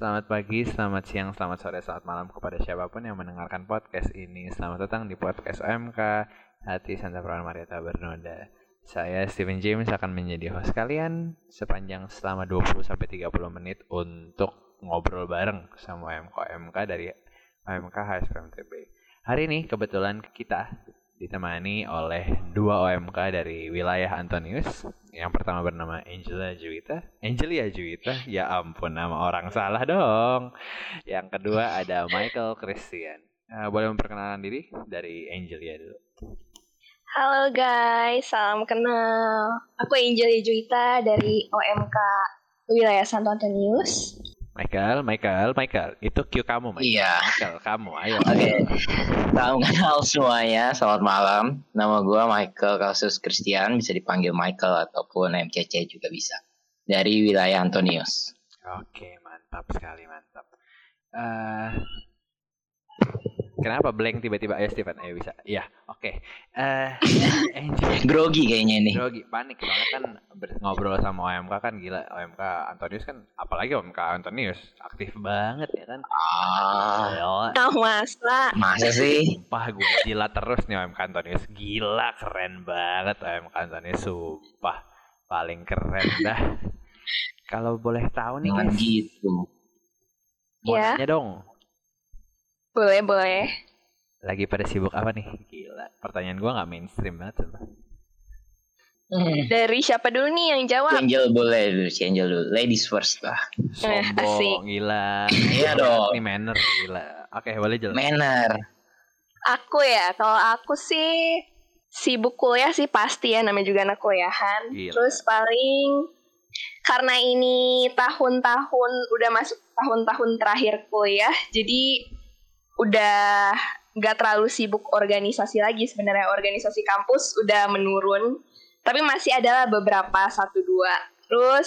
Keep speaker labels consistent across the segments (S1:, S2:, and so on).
S1: Selamat pagi, selamat siang, selamat sore, selamat malam kepada siapapun yang mendengarkan podcast ini. Selamat datang di podcast OMK Hati Santa Perawan Marieta Bernoda. Saya Steven James akan menjadi host kalian sepanjang selama 20-30 menit untuk ngobrol bareng sama OMK dari OMK HSPMTB. Hari ini kebetulan kita ditemani oleh dua OMK dari wilayah Antonius. Yang pertama bernama Angelia Juwita. Ya ampun, nama orang salah dong. Yang kedua ada Michael Christian. Boleh memperkenalkan diri dari Angelia dulu.
S2: Halo guys, salam kenal. Aku Angelia Juwita dari OMK wilayah Santo Antonius.
S1: Michael, itu cue kamu, Michael.
S3: Iya.
S1: Michael, kamu, ayo.
S3: Oke, salam kenal semuanya, selamat malam. Nama gue Michael Kasus Christian, bisa dipanggil Michael ataupun MCC juga bisa. Dari wilayah Antonius.
S1: Oke, mantap sekali, mantap. Kenapa blank tiba-tiba? Ayo Steven, ayo bisa. Iya, oke.
S3: Grogi kayaknya ini.
S1: Grogi, panik banget kan ngobrol sama OMK kan gila. OMK Antonius kan, apalagi OMK Antonius aktif banget ya kan.
S3: Masa sih?
S1: Sumpah gue gila terus nih OMK Antonius. Gila, keren banget OMK Antonius. Sumpah, paling keren dah. Kalau boleh tahu nih
S3: guys. Gitu.
S1: Mau nanya dong.
S2: Boleh.
S1: Lagi pada sibuk apa nih? Gila, pertanyaan gue gak mainstream banget.
S2: Dari siapa dulu nih yang jawab?
S3: Angel boleh dulu, si Angel dulu. Ladies first lah.
S1: Sombong, gila.
S3: Iya dong.
S1: Ini manner, gila. Oke, boleh jelas.
S3: Manner.
S2: Aku ya, kalau aku sih sibuk kuliah sih pasti ya, namanya juga anak kuliahan.
S1: Gila.
S2: Terus paling karena ini udah masuk tahun-tahun terakhir kuliah, jadi udah gak terlalu sibuk organisasi lagi sebenarnya. Organisasi kampus udah menurun, tapi masih adalah beberapa 1-2. Terus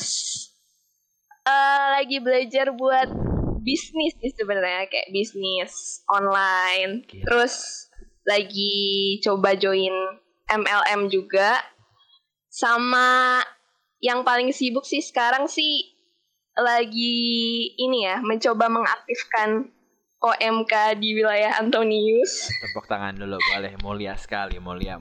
S2: lagi belajar buat bisnis sih sebenarnya, kayak bisnis online.
S1: Gila.
S2: Terus lagi coba join MLM juga. Sama yang paling sibuk sih sekarang sih lagi ini ya, mencoba mengaktifkan OMK di wilayah Antonius.
S1: Tepuk tangan dulu, boleh. Mulia sekali, mulia.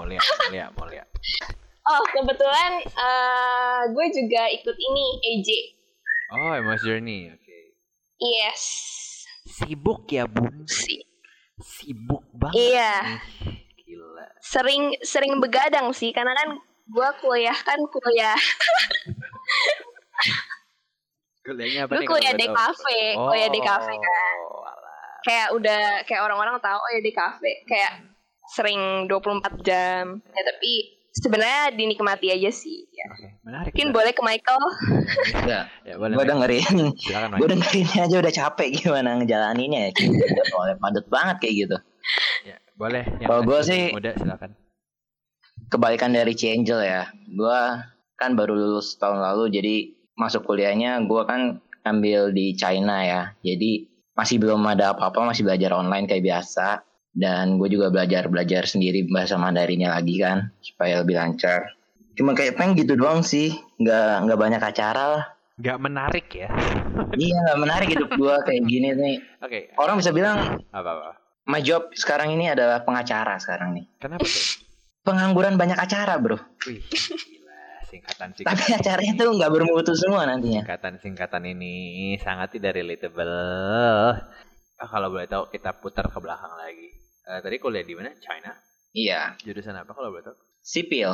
S2: Oh, kebetulan gue juga ikut ini, EJ.
S1: Oh, Emos Journey, oke.
S2: Yes.
S1: Sibuk ya, Bun? Sibuk banget.
S2: Iya.
S1: Gila.
S2: Sering begadang sih, karena kan gue kuliah.
S1: Kuliahnya apa
S2: gue
S1: nih?
S2: kuliah DKV, kuliah DKV kan. Kayak orang-orang tahu ya DKV, kayak sering 24 jam. Ya tapi sebenarnya dinikmati aja sih ya.
S1: Oke, menarik.
S2: Mungkin boleh ke Michael.
S3: Ya boleh. Gue dengerin. Gue dengerinnya aja udah capek gimana ngejalaninnya ya. Soalnya padat banget kayak gitu.
S1: Ya, boleh.
S3: Kalau gue sih
S1: muda silakan.
S3: Kebalikan dari Angel ya. Gue kan baru lulus tahun lalu, jadi masuk kuliahnya gue kan ambil di China ya. Jadi masih belum ada apa-apa, masih belajar online kayak biasa. Dan gue juga belajar sendiri bahasa Mandarinnya lagi kan, supaya lebih lancar. Cuma kayak gitu doang sih, nggak banyak acara lah.
S1: Nggak menarik ya?
S3: Iya, nggak menarik hidup gue kayak gini nih.
S1: Oke.
S3: Orang bisa bilang
S1: apa?
S3: My job sekarang ini adalah pengacara sekarang nih.
S1: Kenapa tuh?
S3: Pengangguran banyak acara bro.
S1: Wih, gila. Singkatan.
S3: Tapi acaranya tuh nggak bermutu semua nantinya.
S1: Singkatan ini sangat tidak relatable. Kalau boleh tahu kita putar ke belakang lagi. Tadi kuliah di mana? China?
S3: Iya.
S1: Jurusan apa kalau boleh tahu?
S3: Sipil.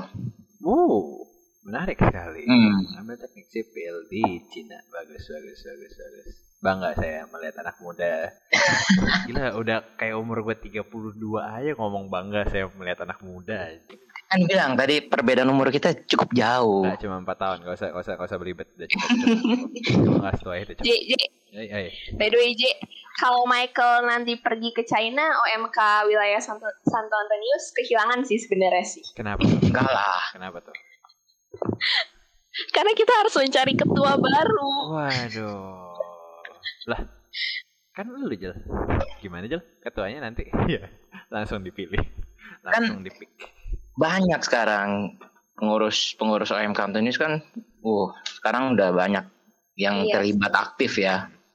S1: Menarik sekali. Ambil teknik sipil di Cina. Bagus. Bangga saya melihat anak muda. Gila, udah kayak umur gue 32 aja ngomong bangga saya melihat anak muda.
S3: Kan bilang tadi perbedaan umur kita cukup jauh.
S1: Nah, cuma 4 tahun. Gak usah belibet. Udah cukup. Gak setua itu.
S2: By the way, J, kalau Michael nanti pergi ke China, OMK wilayah Santo Antonius kehilangan sih sebenarnya sih.
S1: Kenapa?
S3: Enggak lah.
S1: Kenapa tuh?
S2: Karena kita harus mencari ketua baru.
S1: Waduh. Lah, kan lu Jel. Gimana Jel? Ketuanya nanti. Iya. Langsung dipilih. Langsung dipik.
S3: Banyak sekarang pengurus OMK Antonius kan. Sekarang udah banyak yang terlibat aktif ya.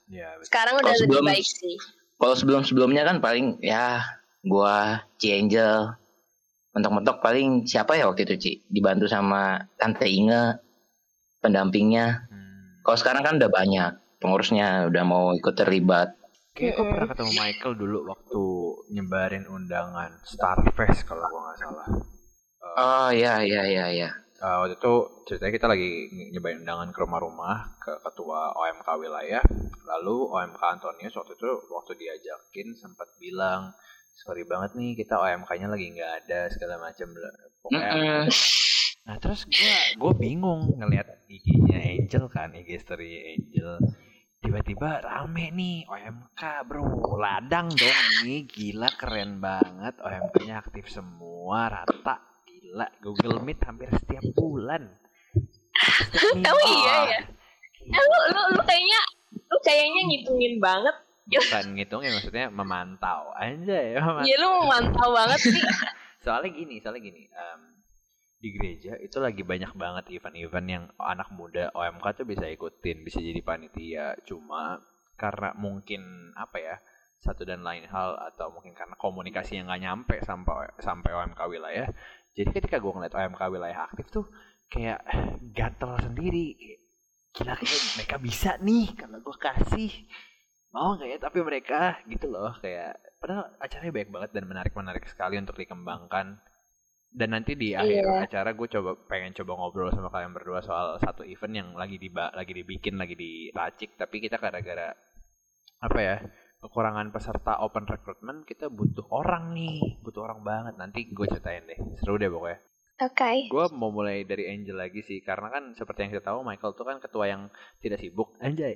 S1: Iya, betul.
S2: Sekarang udah
S3: Kalau
S2: lebih
S3: sebelum-
S2: baik sih.
S3: Kalau sebelumnya kan paling ya gua C-Angel. Mentok-mentok paling siapa ya waktu itu Ci? Dibantu sama Tante Inge pendampingnya. Kalau sekarang kan udah banyak pengurusnya udah mau ikut terlibat.
S1: Kayak gue pernah ketemu Michael dulu waktu nyebarin undangan Starfest kalau gue nggak salah.
S3: Oh iya.
S1: Waktu itu ceritanya kita lagi nyebarin undangan ke rumah-rumah ke ketua OMK wilayah. Lalu OMK Antonius waktu diajakin sempat bilang, sorry banget nih kita OMK-nya lagi nggak ada segala macam. Pokoknya. Nah terus gue bingung ngelihat IG-nya Angel kan, IG story Angel. Tiba-tiba rame nih OMK bro, ladang dong nih, gila keren banget, OMK-nya aktif semua, rata, gila, Google Meet hampir setiap bulan.
S2: Oh iya ya. Lu kayaknya ngitungin banget.
S1: Bukan ngitungin, maksudnya memantau aja ya.
S2: Iya lu memantau banget sih.
S1: Soalnya gini, di gereja itu lagi banyak banget event-event yang anak muda OMK tuh bisa ikutin, bisa jadi panitia. Cuma karena mungkin apa ya, satu dan lain hal atau mungkin karena komunikasi yang nggak nyampe sampai OMK wilayah. Jadi ketika gue ngeliat OMK wilayah aktif tuh kayak gatel sendiri. Gila kayak mereka bisa nih kalau gue kasih. Mau nggak ya? Tapi mereka gitu loh kayak padahal acaranya baik banget dan menarik sekali untuk dikembangkan. Dan nanti di akhir acara gue pengen coba ngobrol sama kalian berdua soal satu event yang lagi dibikin, lagi diracik, tapi kita gara-gara apa ya, kekurangan peserta open recruitment, kita butuh orang banget. Nanti gue ceritain deh, seru deh pokoknya.
S2: Oke.
S1: Gue mau mulai dari Angel lagi sih, karena kan seperti yang kita tahu Michael tuh kan ketua yang tidak sibuk, anjay.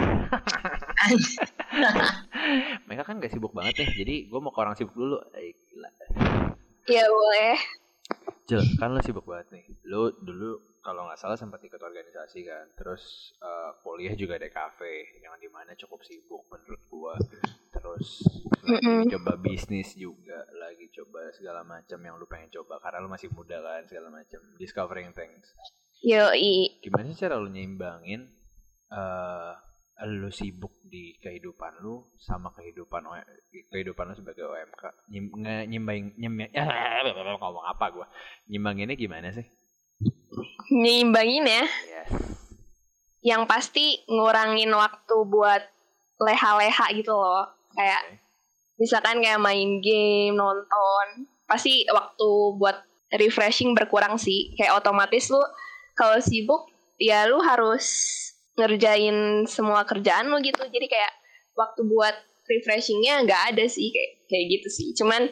S1: Mereka kan gak sibuk banget ya, jadi gue mau ke orang sibuk dulu. Gila.
S2: Ya boleh.
S1: Jel, kan lo sibuk banget nih. Lo dulu kalau nggak salah sempat ikut organisasi kan. Terus kuliah juga ada kafe yang dimana cukup sibuk menurut gua. Terus lagi coba bisnis juga, lagi coba segala macam yang lo pengen coba karena lo masih muda kan, segala macam discovering things.
S2: Yoi.
S1: Gimana sih cara lo nyimbangin lo sibuk di kehidupan lo sama kehidupan lo sebagai OMK? Ngomong apa gue? Nyimbanginnya gimana sih?
S2: Nyimbangin ya.
S1: Yes.
S2: Yang pasti ngurangin waktu buat leha-leha gitu loh. Kayak misalkan kayak main game, nonton, pasti waktu buat refreshing berkurang sih. Kayak otomatis lu kalau sibuk ya lu harus ngerjain semua kerjaan lo gitu, jadi kayak waktu buat refreshingnya nggak ada sih, kayak gitu sih. Cuman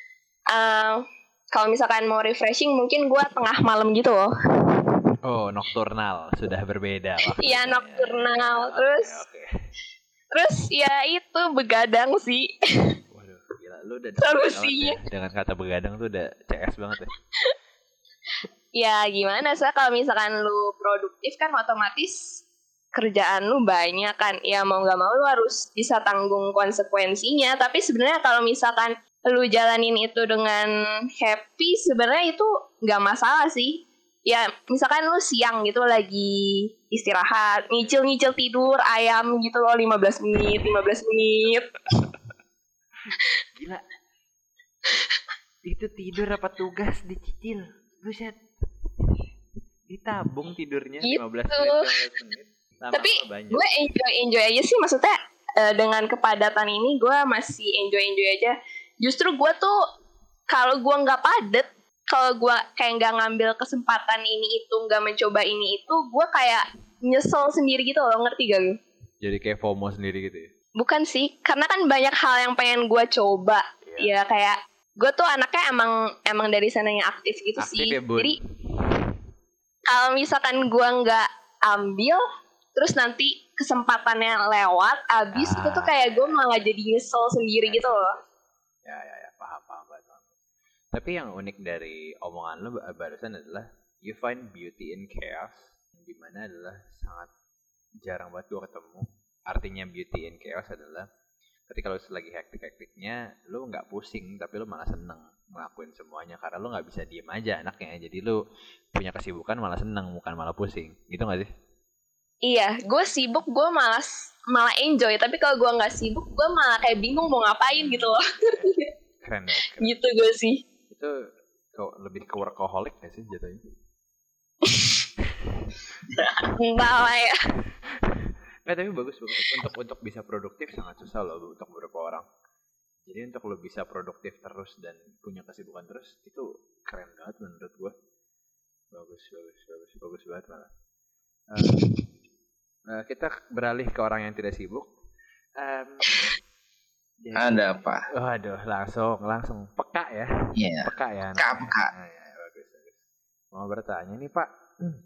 S2: kalau misalkan mau refreshing mungkin gue tengah malam gitu loh.
S1: Oh, nocturnal sudah berbeda.
S2: Iya nocturnal. Terus ya itu begadang sih.
S1: Waduh, gila lu udah
S2: solusinya
S1: ya. Dengan kata begadang tuh udah CS banget ya.
S2: Ya gimana sih, kalau misalkan lu produktif kan otomatis kerjaan lu banyak kan, ya mau gak mau lu harus bisa tanggung konsekuensinya. Tapi sebenarnya kalau misalkan lu jalanin itu dengan happy, sebenarnya itu gak masalah sih. Ya misalkan lu siang gitu lagi istirahat, nyicil tidur ayam gitu loh, 15 menit.
S1: Gila. Itu tidur apa tugas dicicil? Buset. Ditabung tidurnya gitu. 15 menit.
S2: Tapi gue enjoy aja sih, maksudnya dengan kepadatan ini gue masih enjoy aja. Justru gue tuh kalau gue nggak padet, kalau gue kayak nggak ngambil kesempatan ini itu, nggak mencoba ini itu, gue kayak nyesel sendiri gitu loh, ngerti gak lu?
S1: Jadi kayak FOMO sendiri gitu ya?
S2: Bukan sih, karena kan banyak hal yang pengen gue coba. Ya kayak gue tuh anaknya emang dari sananya aktif gitu sih.
S1: Ya,
S2: jadi kalau misalkan gue nggak ambil, terus nanti kesempatannya lewat, abis itu tuh kayak gue malah jadi nyesel sendiri gitu loh.
S1: Ya, paham banget. Tapi yang unik dari omongan lo barusan adalah you find beauty in chaos, dimana adalah sangat jarang banget gue ketemu. Artinya beauty in chaos adalah ketika lo lagi hektik-hektiknya, lo nggak pusing, tapi lo malah seneng ngelakuin semuanya karena lo nggak bisa diem aja anaknya. Jadi lo punya kesibukan malah seneng, bukan malah pusing, gitu nggak sih?
S2: Iya, gue sibuk, gue malas malah enjoy. Tapi kalau gue nggak sibuk, gue malah kayak bingung mau ngapain gitu loh.
S1: Keren banget.
S2: Gitu gue sih.
S1: Itu lebih ke workaholic gak sih jatuhnya?
S2: Enggak lah ya.
S1: Tapi bagus. Untuk bisa produktif sangat susah loh untuk beberapa orang. Jadi untuk lo bisa produktif terus dan punya kesibukan terus, itu keren banget menurut gue. Bagus banget malah. Kita beralih ke orang yang tidak sibuk.
S3: Ada apa?
S1: Waduh, langsung peka ya.
S3: Iya.
S1: Peka ya.
S3: Peka.
S1: Ya, bagus. Mau bertanya nih Pak.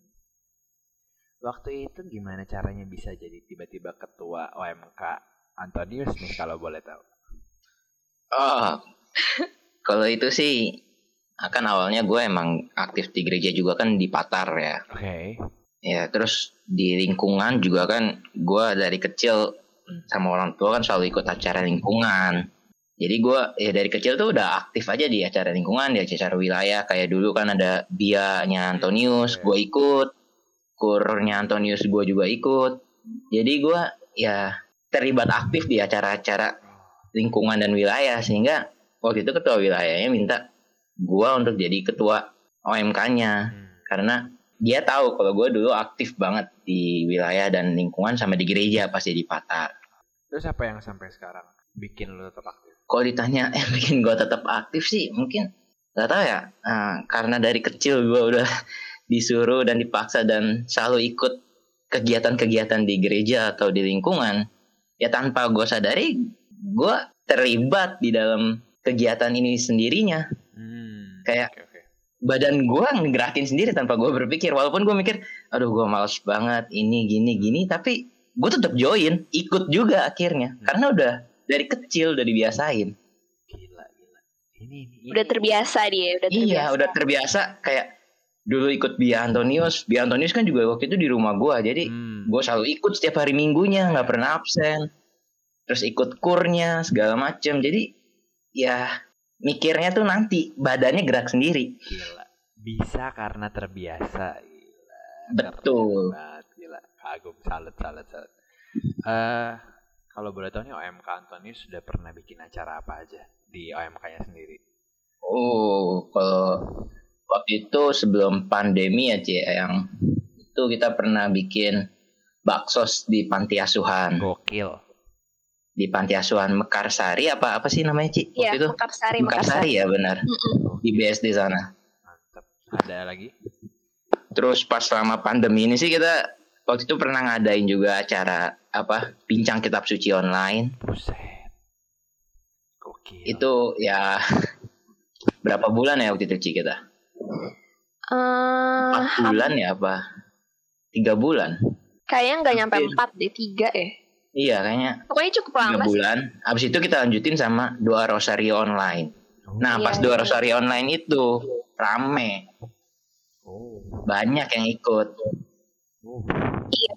S1: Waktu itu gimana caranya bisa jadi tiba-tiba ketua OMK Antonius nih kalau boleh tahu?
S3: Oh, kalau itu sih, kan awalnya gue emang aktif di gereja juga kan di Patar ya.
S1: Oke.
S3: Ya, terus di lingkungan juga kan gue dari kecil sama orang tua kan selalu ikut acara lingkungan. Jadi gue ya dari kecil tuh udah aktif aja di acara lingkungan, di acara wilayah. Kayak dulu kan ada BIA-nya Antonius, gue ikut. Kurnya Antonius gue juga ikut. Jadi gue ya terlibat aktif di acara-acara lingkungan dan wilayah, sehingga waktu itu ketua wilayahnya minta gue untuk jadi ketua OMK-nya karena dia tahu kalau gue dulu aktif banget di wilayah dan lingkungan sama di gereja pas di Patar.
S1: Terus apa yang sampai sekarang bikin lo tetap aktif?
S3: Kalau ditanya bikin gue tetap aktif sih mungkin gak tahu ya, karena dari kecil gue udah disuruh dan dipaksa dan selalu ikut kegiatan-kegiatan di gereja atau di lingkungan, ya tanpa gue sadari gue terlibat di dalam kegiatan ini sendirinya. Kayak badan gue ngegerakin sendiri tanpa gue berpikir. Walaupun gue mikir, aduh gue males banget ini gini, tapi gue tetap join, ikut juga akhirnya. Karena udah dari kecil udah dibiasain.
S1: Gila. Ini.
S2: Udah terbiasa dia,
S3: Iya, udah terbiasa. Kayak dulu ikut BIA Antonius kan juga waktu itu di rumah gue. Jadi gue selalu ikut setiap hari Minggunya, nggak pernah absen. Terus ikut kurnya segala macem. Jadi ya mikirnya tuh nanti badannya gerak sendiri.
S1: Gila. Bisa karena terbiasa. Gila.
S3: Betul.
S1: Gila. Kagum. Salut. Kalau boleh tahu nih OMK Antonius sudah pernah bikin acara apa aja di OMK-nya sendiri?
S3: Oh, kalau waktu itu sebelum pandemi ya Ci, yang itu kita pernah bikin baksos di panti asuhan.
S1: Gokil.
S3: Di panti asuhan Mekarsari apa sih namanya Ci?
S2: Iya,
S3: itu
S2: Mekarsari
S3: ya benar. Di BSD sana.
S1: Mantap. Ada lagi?
S3: Terus pas selama pandemi ini sih kita waktu itu pernah ngadain juga acara bincang kitab suci online.
S1: Buset. Gokil.
S3: Itu ya berapa bulan ya waktu itu Ci kita? 4 bulan ya apa? 3 bulan?
S2: Kayaknya nggak nyampe 4 deh, 3 ya.
S3: Iya kayaknya.
S2: Pokoknya cukup lama
S3: 3 bulan. Abis itu kita lanjutin sama doa rosario online. Nah pas doa rosario online itu rame. Banyak yang ikut.
S2: Iya.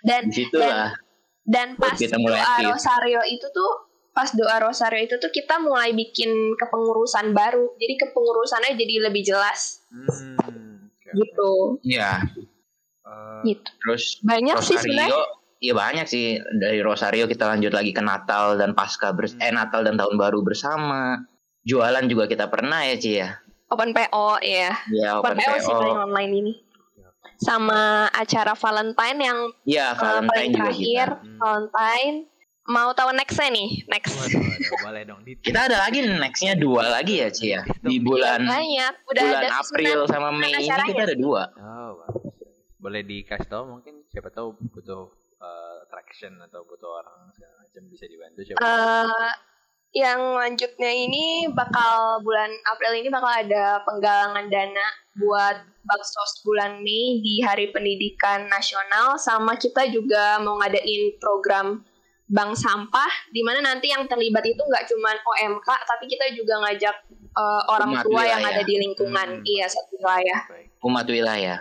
S2: Dan pas doa rosario itu tuh kita mulai bikin kepengurusan baru. Jadi kepengurusannya jadi lebih jelas. Gitu.
S3: Iya.
S2: Gitu.
S3: Terus
S2: banyak
S3: rosario,
S2: sih sebenarnya.
S3: Iya banyak sih. Dari rosario kita lanjut lagi ke Natal dan Paskah Natal dan Tahun Baru bersama. Jualan juga kita pernah ya Ci ya.
S2: Open PO ya.
S3: Iya,
S2: Open PO sih paling online ini. Sama acara Valentine yang
S3: Valentine
S2: paling
S3: juga
S2: terakhir
S3: kita.
S2: Valentine. Mau tahu nextnya nih? Next.
S1: Boleh dong.
S3: Kita ada lagi nextnya 2 lagi ya Ci ya. Di bulan
S2: banyak. Udah
S3: bulan
S2: ada
S3: April sama Mei ini kita ada 2.
S1: Oh, bagus. Boleh dikasih tahu mungkin siapa tahu butuh traction atau butuh orang segala macam bisa dibantu siapa?
S2: Yang lanjutnya ini bulan April ini bakal ada penggalangan dana buat baksos bulan Mei di Hari Pendidikan Nasional, sama kita juga mau ngadain program bank sampah di mana nanti yang terlibat itu nggak cuma OMK tapi kita juga ngajak orang tua yang ada di lingkungan satu wilayah.
S3: Umat wilayah.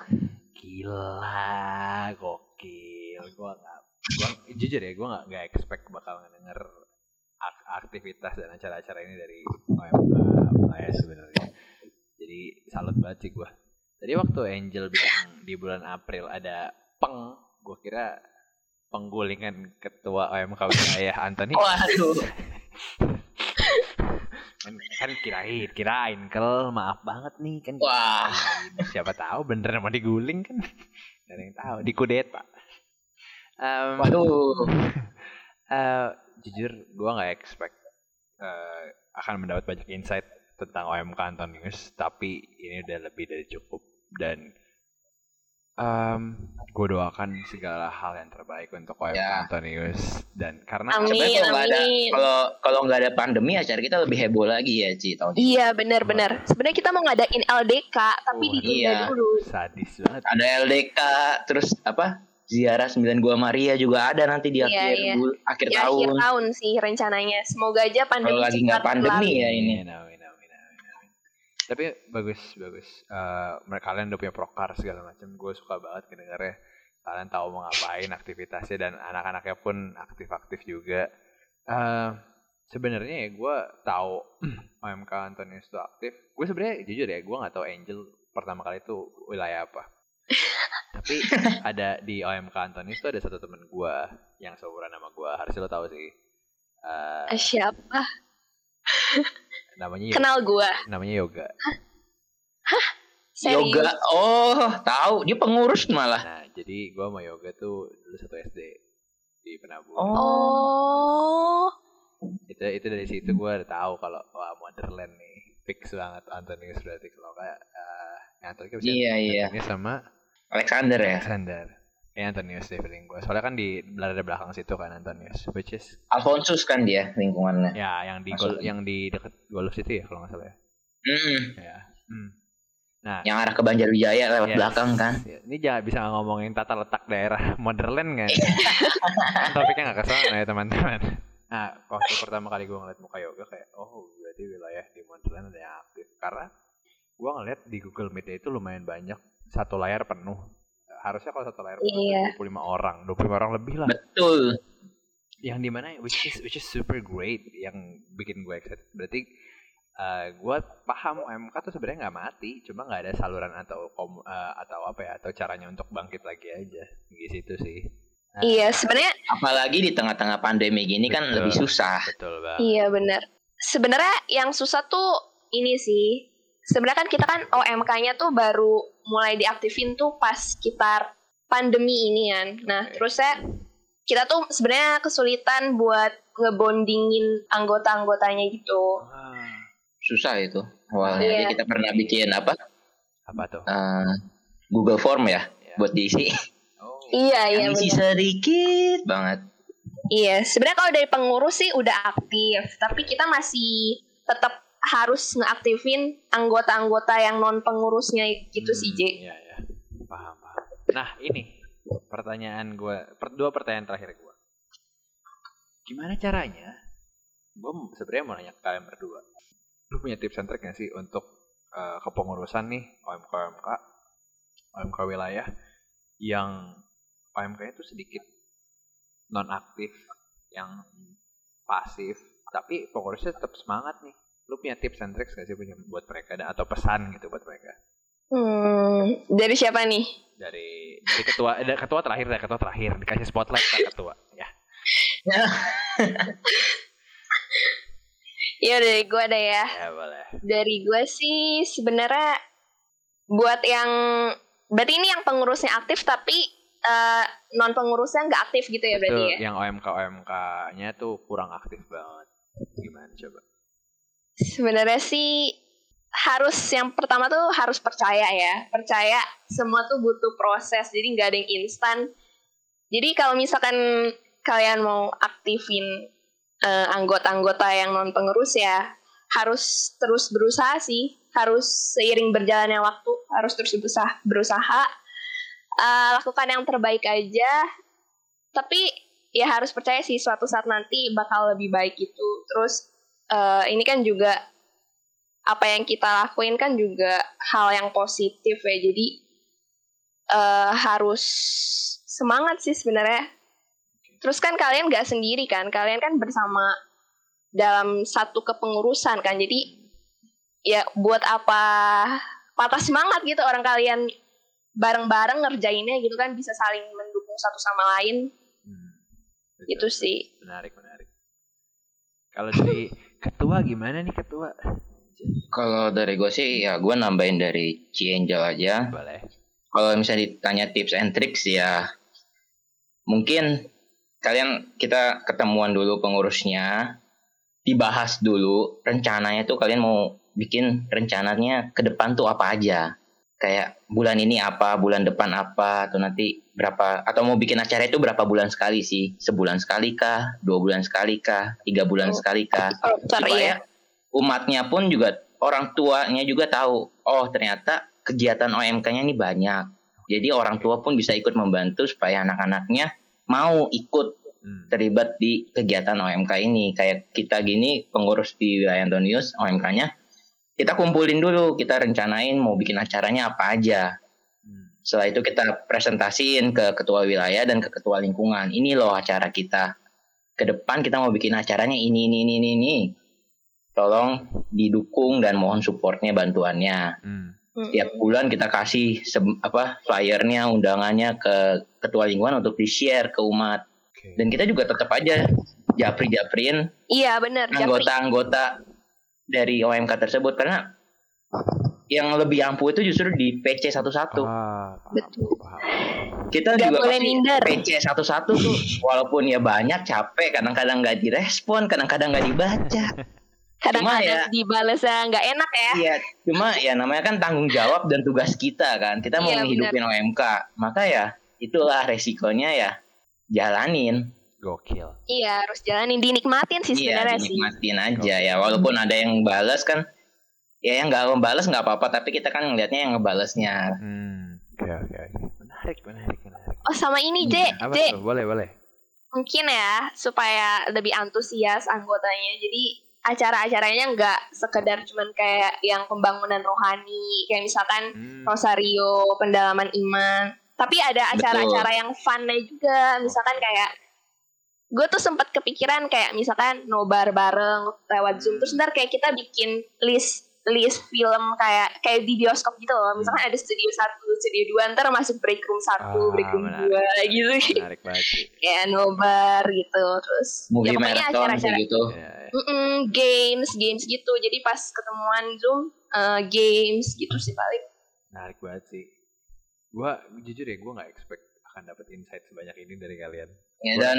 S1: Gila, gokil. Gua jujur ya, gue nggak expect bakal ngedenger aktivitas dan acara-acara ini dari OMK sebenarnya. Jadi salut banget sih gue. Tadi waktu Angel bilang di bulan April ada gue kira penggulingan ketua OMK wilayah Anthony.
S3: Waduh.
S1: kan kirain kel maaf banget nih kan.
S3: Wah.
S1: Siapa tahu beneran mau diguling kan. Gak ada yang tahu, dikudeta.
S3: Waduh.
S1: Jujur gue nggak expect akan mendapat banyak insight tentang OMK Antonius, tapi ini udah lebih dari cukup dan gue doakan segala hal yang terbaik untuk OMK Antonius dan karena
S3: kalau nggak ada pandemi acara kita lebih heboh lagi ya Ci tahun
S2: ini. Iya benar. Sebenarnya kita mau ngadain LDK tapi ditunda dulu.
S1: Sadis banget.
S3: Ada LDK terus apa? Ziarah 9 Gua Maria juga ada nanti di akhir tahun.
S2: Akhir tahun sih rencananya. Semoga aja pandemi
S3: kalau lagi nggak pandemi ya ini.
S1: Tapi bagus. Kalian udah punya prokar segala macam. Gue suka banget kedengarnya. Kalian tahu mau ngapain aktivitasnya dan anak-anaknya pun aktif-aktif juga. Sebenarnya ya gue tahu OMK Antonius itu aktif. Gue sebenarnya jujur ya gue nggak tahu Angel pertama kali itu wilayah apa. Tapi ada di OMK Antonius itu ada satu temen gue yang seumuran sama gue. Harusnya lo tahu sih.
S2: Siapa?
S1: Namanya
S2: kenal gue.
S1: Namanya Yoga.
S2: Hah? Serius?
S3: Yoga, oh tahu dia pengurus malah.
S1: Nah jadi gue sama Yoga tuh dulu satu SD di Penabur.
S2: Oh.
S1: Itu dari situ gue udah tahu kalau wah Wonderland nih fix banget Antonius berarti kalau kayak Antonius bisa.
S3: Iya.
S1: Antonius sama
S3: Alexander.
S1: Ya Antonius deh feeling gue. Soalnya kan di belakang situ kan Antonius, which is
S3: Alphonsus kan dia lingkungannya.
S1: Ya, yang di dekat Golf City ya kalau nggak salah ya. Ya. Nah,
S3: yang arah ke Banjarwijaya lewat belakang kan.
S1: Ini jangan bisa ngomongin tata letak daerah Wonderland kan. Topiknya nggak kesana ya teman-teman. Nah, waktu pertama kali gue ngeliat muka Yoga kayak, oh berarti wilayah di Wonderland ada yang aktif. Karena gue ngeliat di Google Meet itu lumayan banyak, satu layar penuh. Harusnya kalau satu layar 25 orang lebih lah.
S3: Betul.
S1: Yang dimana which is super great, yang bikin gue excited. Berarti gue paham OMK tuh sebenarnya nggak mati, cuma nggak ada saluran atau apa ya atau caranya untuk bangkit lagi aja. Di situ sih.
S2: Iya sebenarnya.
S3: Apalagi di tengah-tengah pandemi gini kan lebih susah.
S1: Betul banget.
S2: Iya benar. Sebenarnya yang susah tuh ini sih. Sebenarnya kan kita kan OMK-nya tuh baru mulai diaktifin tuh pas sekitar pandemi ini kan. Nah, terusnya kita tuh sebenarnya kesulitan buat ngebondingin anggota-anggotanya gitu.
S3: Susah itu. Awalnya kita pernah bikin apa?
S1: Apa tuh?
S3: Google Form ya buat diisi.
S2: Iya.
S3: Diisi sedikit banget.
S2: Iya, sebenarnya kalau dari pengurus sih udah aktif, tapi kita masih tetap harus ngeaktifin anggota-anggota yang non pengurusnya gitu sih, J.
S1: Iya. Paham. Nah, ini pertanyaan gue, dua pertanyaan terakhir gue. Gimana caranya? Gue sebenarnya mau nanya ke kalian berdua. Lu punya tips and trick gak sih untuk kepengurusan nih OMK wilayah yang OMK itu sedikit non aktif, yang pasif, tapi pengurusnya tetap semangat nih. Lu punya tips and tricks gak sih buat mereka atau pesan gitu buat mereka?
S2: Dari siapa nih?
S1: Dari ketua terakhir dikasih spotlight ke ketua ya.
S2: Ya dari gue ada ya.
S1: Ya boleh. Dari
S2: gue sih sebenarnya buat yang berarti ini yang pengurusnya aktif tapi non pengurusnya nggak aktif gitu ya berarti ya?
S1: Yang OMK-nya tuh kurang aktif banget. Gimana coba?
S2: Sebenarnya sih yang pertama tuh harus percaya semua tuh butuh proses, jadi nggak ada yang instan. Jadi kalau misalkan kalian mau aktifin anggota-anggota yang non pengurus ya harus terus berusaha sih, harus seiring berjalannya waktu harus terus berusaha lakukan yang terbaik aja, tapi ya harus percaya sih suatu saat nanti bakal lebih baik gitu. Terus ini kan juga apa yang kita lakuin kan juga hal yang positif ya, jadi harus semangat sih sebenarnya. Terus kan kalian gak sendiri kan, kalian kan bersama dalam satu kepengurusan kan, jadi ya buat apa patah semangat gitu, orang kalian bareng-bareng ngerjainnya gitu kan, bisa saling mendukung satu sama lain. Itu sih.
S1: Menarik. Kalau dari ketua gimana nih ketua?
S3: Kalau dari gue sih ya gue nambahin dari Ciangel aja.
S1: Boleh.
S3: Kalau misalnya ditanya tips and tricks ya mungkin kita ketemuan dulu pengurusnya, dibahas dulu rencananya tuh kalian mau bikin rencananya ke depan tuh apa aja. Kayak bulan ini apa, bulan depan apa, atau nanti berapa, atau mau bikin acara itu berapa bulan sekali sih? Sebulan sekali kah? 2 bulan sekali kah? 3 bulan sekali kah? Supaya umatnya pun juga, orang tuanya juga tahu, oh ternyata kegiatan OMK-nya ini banyak. Jadi orang tua pun bisa ikut membantu supaya anak-anaknya mau ikut terlibat di kegiatan OMK ini. Kayak kita gini, pengurus di wilayah Antonius, OMK-nya, kita kumpulin dulu, kita rencanain mau bikin acaranya apa aja. Setelah itu kita presentasiin ke ketua wilayah dan ke ketua lingkungan. Ini loh acara kita. Ke depan kita mau bikin acaranya ini. Tolong didukung dan mohon supportnya, bantuannya. Setiap bulan kita kasih flyernya, undangannya ke ketua lingkungan untuk di-share ke umat. Dan kita juga tetap aja japri-japrin anggota-anggota dari OMK tersebut, karena yang lebih ampuh itu justru di PC 11.
S2: Betul.
S3: Kita
S2: Gak
S3: juga
S2: boleh minder.
S3: PC 11 tuh walaupun ya banyak, capek, kadang-kadang nggak direspon, kadang-kadang nggak dibaca.
S2: Kadang-kadang dibalesnya nggak enak ya.
S3: Iya, cuma ya namanya kan tanggung jawab dan tugas kita kan. Kita mau ngehidupin OMK, maka ya itulah resikonya ya, jalanin.
S1: Gokil.
S2: Iya, harus jalanin, dinikmatin sih sebenarnya sih.
S3: Iya, dinikmatin aja ya. Walaupun ada yang balas kan, ya yang nggak ngebales nggak apa-apa, tapi kita kan ngelihatnya yang ngebalesnya.
S1: Oke. Menarik.
S2: Oh, sama ini, J.
S1: Boleh.
S2: Mungkin ya, supaya lebih antusias anggotanya. Jadi acara-acaranya nggak sekedar cuman kayak yang pembangunan rohani, kayak misalkan rosario, pendalaman iman. Tapi ada acara-acara yang fun-nya juga. Misalkan kayak gue tuh sempat kepikiran kayak misalkan nobar bareng lewat Zoom, terus ntar kayak kita bikin list film kayak di bioskop gitu loh. Misalkan ada studio 1, studio 2, ntar masuk break room 1, break room 2 gitu.
S1: Menarik banget sih.
S2: Kayak nobar gitu. Terus
S3: movie
S2: ya pokoknya
S3: marathon
S2: acara-acara
S3: gitu.
S2: Games gitu. Jadi pas ketemuan Zoom games gitu sih paling.
S1: Menarik banget sih. Gue jujur ya, gue nggak expect akan dapat insight sebanyak ini dari kalian.
S3: Ya, dan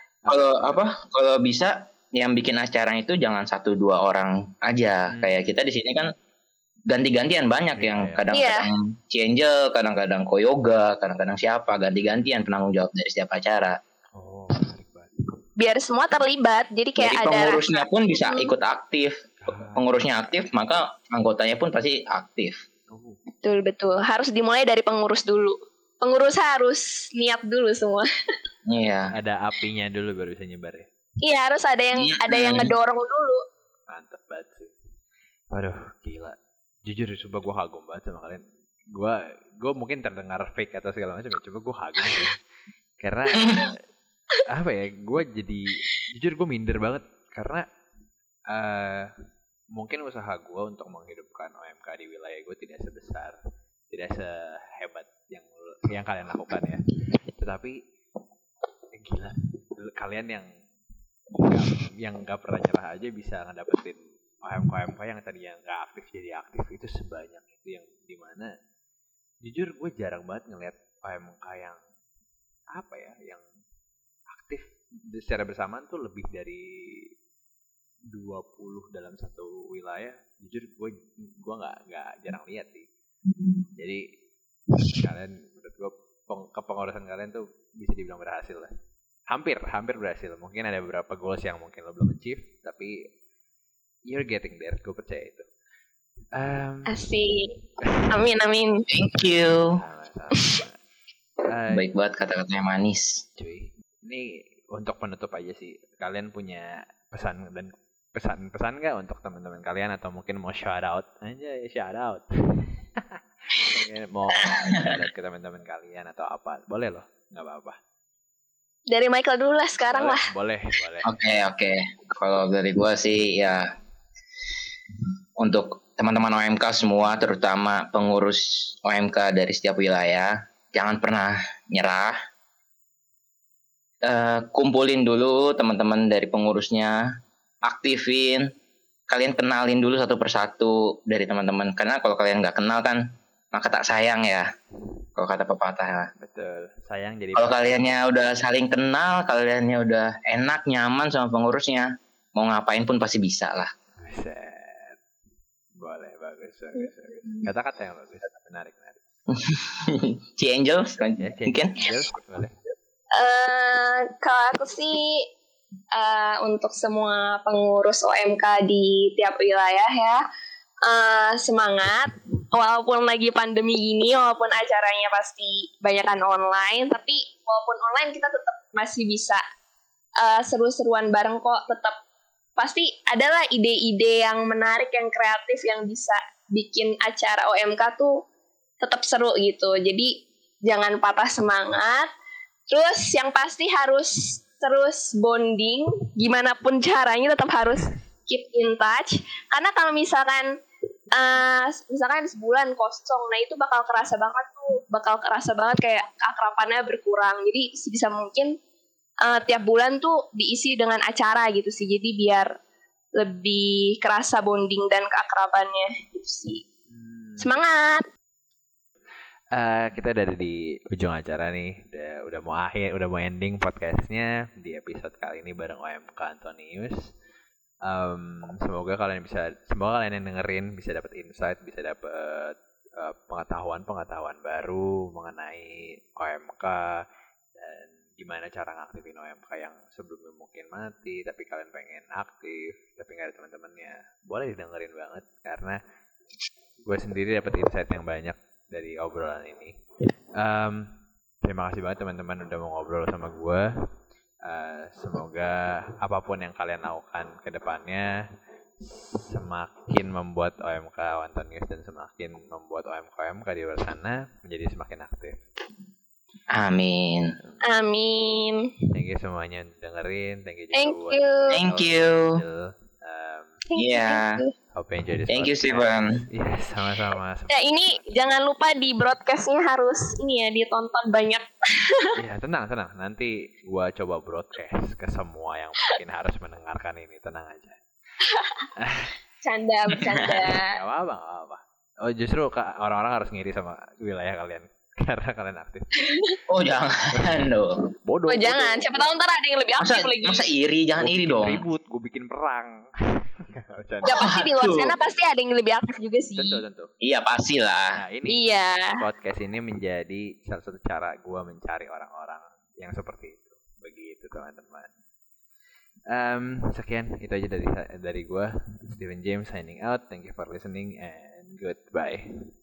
S3: kalau bisa yang bikin acara itu jangan 1-2 orang aja. Kayak kita di sini kan ganti-gantian banyak yang kadang-kadang Ciangel, kadang-kadang Koyoga, kadang-kadang siapa, ganti-gantian penanggung jawab dari setiap acara.
S1: Oh, menarik banget.
S2: Biar semua terlibat. Jadi kayak ada
S3: pengurusnya pun bisa ikut aktif. Pengurusnya aktif, maka anggotanya pun pasti aktif.
S2: Betul. Harus dimulai dari pengurus dulu. Pengurus harus niat dulu semua.
S3: Iya.
S1: Ada apinya dulu baru bisa nyebar ya.
S2: Iya, harus ada yang ngedorong dulu.
S1: Mantap banget sih. Waduh, gila. Jujur, coba gue kagum banget sama kalian. Gue mungkin terdengar fake atau segala macam ya. Coba gue kagum sih. Karena apa ya? Gue jadi jujur gue minder banget karena mungkin usaha gue untuk menghidupkan OMK di wilayah gue tidak sehebat yang kalian lakukan ya. Tetapi gila, kalian yang nggak pernah nyerah aja bisa ngedapetin OMK yang tadinya nggak aktif jadi aktif, itu sebanyak itu, yang dimana jujur gue jarang banget ngeliat OMK yang yang aktif secara bersamaan tuh lebih dari 20 dalam satu wilayah. Jujur gue nggak jarang lihat sih. Jadi kalian, menurut gue kepengurusan kalian tuh bisa dibilang berhasil lah. Hampir berhasil. Mungkin ada beberapa goals yang mungkin lo belum achieve, tapi you're getting there. Gue percaya itu.
S2: Asik. Amin.
S3: Thank you.
S1: Sama-sama.
S3: Baik banget kata-katanya manis.
S1: Cuy, ini untuk penutup aja sih. Kalian punya pesan nggak untuk teman-teman kalian, atau mungkin mau shout out aja ya, shout out. Mau shout out ke teman-teman kalian atau apa? Boleh loh, nggak apa-apa.
S2: Dari Michael dulu lah sekarang lah.
S1: Boleh.
S3: Oke. Kalau dari gue sih ya, untuk teman-teman OMK semua, terutama pengurus OMK dari setiap wilayah, jangan pernah nyerah. kumpulin dulu teman-teman dari pengurusnya, aktifin, kalian kenalin dulu satu persatu dari teman-teman. Karena kalau kalian nggak kenal kan, maka tak sayang ya. Kalau kata pepatah ya.
S1: Betul. Sayang jadi.
S3: Kalau kaliannya udah saling kenal, kaliannya udah enak, nyaman sama pengurusnya, mau ngapain pun pasti bisa lah.
S1: Set. Boleh, bagus. Kata-kata yang bagus, menarik.
S3: Angel, mungkin?
S1: Boleh.
S2: Kalau aku sih untuk semua pengurus OMK di tiap wilayah ya, semangat. Walaupun lagi pandemi gini, walaupun acaranya pasti banyakan online, tapi walaupun online kita tetap masih bisa seru-seruan bareng kok. Tetap pasti adalah ide-ide yang menarik, yang kreatif, yang bisa bikin acara OMK tuh tetap seru gitu. Jadi jangan patah semangat. Terus yang pasti harus terus bonding, gimana pun caranya tetap harus keep in touch. Karena kalau misalkan sebulan kosong, nah itu bakal kerasa banget kayak keakrabannya berkurang. Jadi sebisa mungkin tiap bulan tuh diisi dengan acara gitu sih. Jadi biar lebih kerasa bonding dan keakrabannya gitu sih. Semangat.
S1: Kita udah di ujung acara nih, udah mau ending podcastnya di episode kali ini bareng OMK Antonius. Semoga kalian yang dengerin bisa dapat insight, bisa dapat pengetahuan baru mengenai OMK dan gimana cara ngaktifin OMK yang sebelumnya mungkin mati tapi kalian pengen aktif tapi nggak ada teman-temannya. Boleh didengerin banget karena gue sendiri dapat insight yang banyak dari obrolan ini. Terima kasih banget teman-teman udah mau ngobrol sama gue. Semoga apapun yang kalian lakukan ke depannya semakin membuat OMK Antonius dan semakin membuat OMK di luar sana menjadi semakin aktif.
S3: Amin.
S1: Thank you semuanya dengerin. Thank you.
S3: Iya.
S1: Hope you enjoy this.
S3: Thank you Steven.
S1: Iya, sama-sama.
S2: Ya ini jangan lupa di broadcastnya harus ini ya ditonton banyak.
S1: Iya, tenang. Nanti gua coba broadcast ke semua yang mungkin harus mendengarkan ini. Tenang aja.
S2: Bercanda.
S1: Gak apa-apa. Oh justru orang-orang harus ngiri sama wilayah kalian karena kalian aktif.
S3: Oh jangan dong.
S1: Bodoh.
S2: Jangan. Siapa tahu ntar ada yang lebih aktif lagi.
S3: Masa iri? Jangan iri dong.
S1: Ribut, gue bikin perang.
S2: Ya pasti di luar sana pasti ada yang lebih aktif juga sih.
S1: Tentu.
S3: Iya pastilah.
S1: Nah ini
S2: iya.
S1: Podcast ini menjadi salah satu cara gue mencari orang-orang yang seperti itu. Begitu teman-teman. Sekian itu aja dari gue, Steven James signing out. Thank you for listening and goodbye.